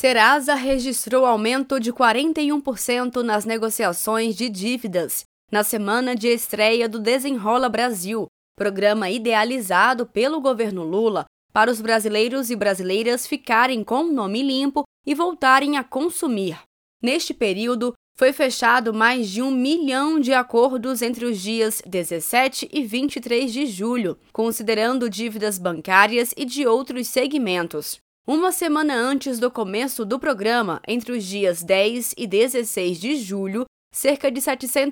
Serasa registrou aumento de 41% nas negociações de dívidas na semana de estreia do Desenrola Brasil, programa idealizado pelo governo Lula para os brasileiros e brasileiras ficarem com o nome limpo e voltarem a consumir. Neste período, foi fechado mais de 1 milhão de acordos entre os dias 17 e 23 de julho, considerando dívidas bancárias e de outros segmentos. Uma semana antes do começo do programa, entre os dias 10 e 16 de julho, cerca de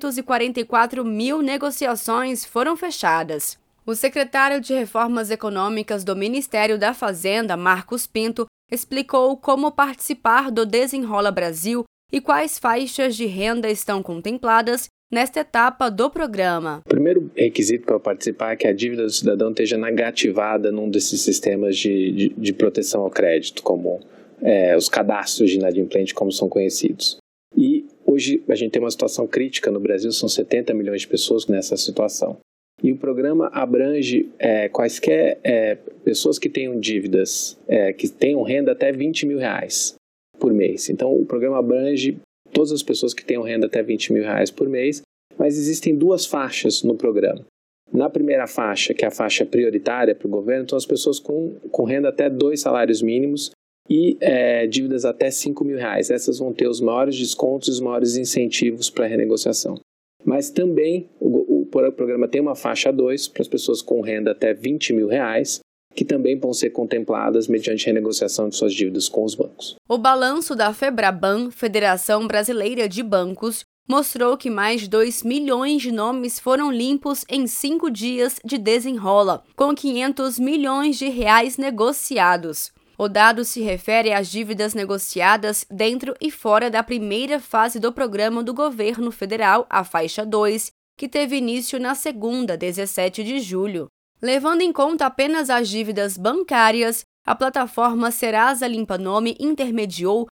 744 mil negociações foram fechadas. O secretário de Reformas Econômicas do Ministério da Fazenda, Marcos Pinto, explicou como participar do Desenrola Brasil e quais faixas de renda estão contempladas nesta etapa do programa. O primeiro requisito para participar é que a dívida do cidadão esteja negativada num desses sistemas de proteção ao crédito, como os cadastros de inadimplente, como são conhecidos. E hoje a gente tem uma situação crítica no Brasil, são 70 milhões de pessoas nessa situação. E o programa abrange quaisquer pessoas que tenham dívidas, que tenham renda até R$20 mil por mês. Então, o programa abrange todas as pessoas que tenham renda até R$20 mil por mês, mas existem duas faixas no programa. Na primeira faixa, que é a faixa prioritária para o governo, são as pessoas com renda até 2 salários mínimos e dívidas até R$5 mil. Essas vão ter os maiores descontos e os maiores incentivos para a renegociação. Mas também o programa tem uma faixa 2 para as pessoas com renda até R$20 mil, que também vão ser contempladas mediante renegociação de suas dívidas com os bancos. O balanço da Febraban, Federação Brasileira de Bancos, mostrou que mais de 2 milhões de nomes foram limpos em 5 dias de desenrola, com R$500 milhões negociados. O dado se refere às dívidas negociadas dentro e fora da primeira fase do programa do governo federal, a faixa 2, que teve início na segunda, 17 de julho. Levando em conta apenas as dívidas bancárias, a plataforma Serasa Limpa Nome intermediou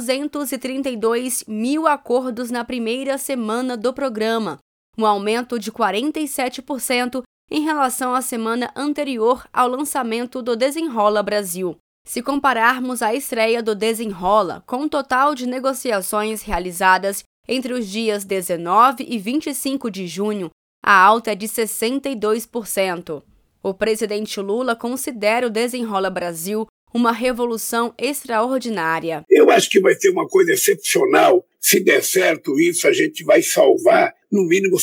232 mil acordos na primeira semana do programa, um aumento de 47% em relação à semana anterior ao lançamento do Desenrola Brasil. Se compararmos a estreia do Desenrola com o total de negociações realizadas entre os dias 19 e 25 de junho, a alta é de 62%. O presidente Lula considera o Desenrola Brasil uma revolução extraordinária. Eu acho que vai ser uma coisa excepcional. Se der certo isso, a gente vai salvar no mínimo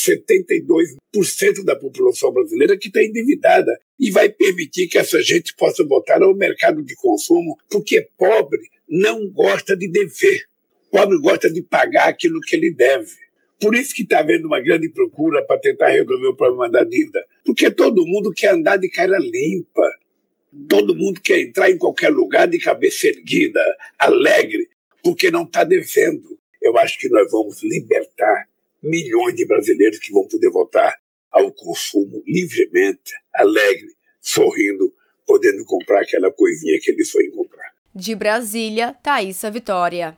72% da população brasileira que está endividada e vai permitir que essa gente possa voltar ao mercado de consumo, porque pobre não gosta de dever. Pobre gosta de pagar aquilo que ele deve. Por isso que está havendo uma grande procura para tentar resolver o problema da dívida. Porque todo mundo quer andar de cara limpa. Todo mundo quer entrar em qualquer lugar de cabeça erguida, alegre, porque não está devendo. Eu acho que nós vamos libertar milhões de brasileiros que vão poder voltar ao consumo livremente, alegre, sorrindo, podendo comprar aquela coisinha que eles foram comprar. De Brasília, Thaísa Vitória.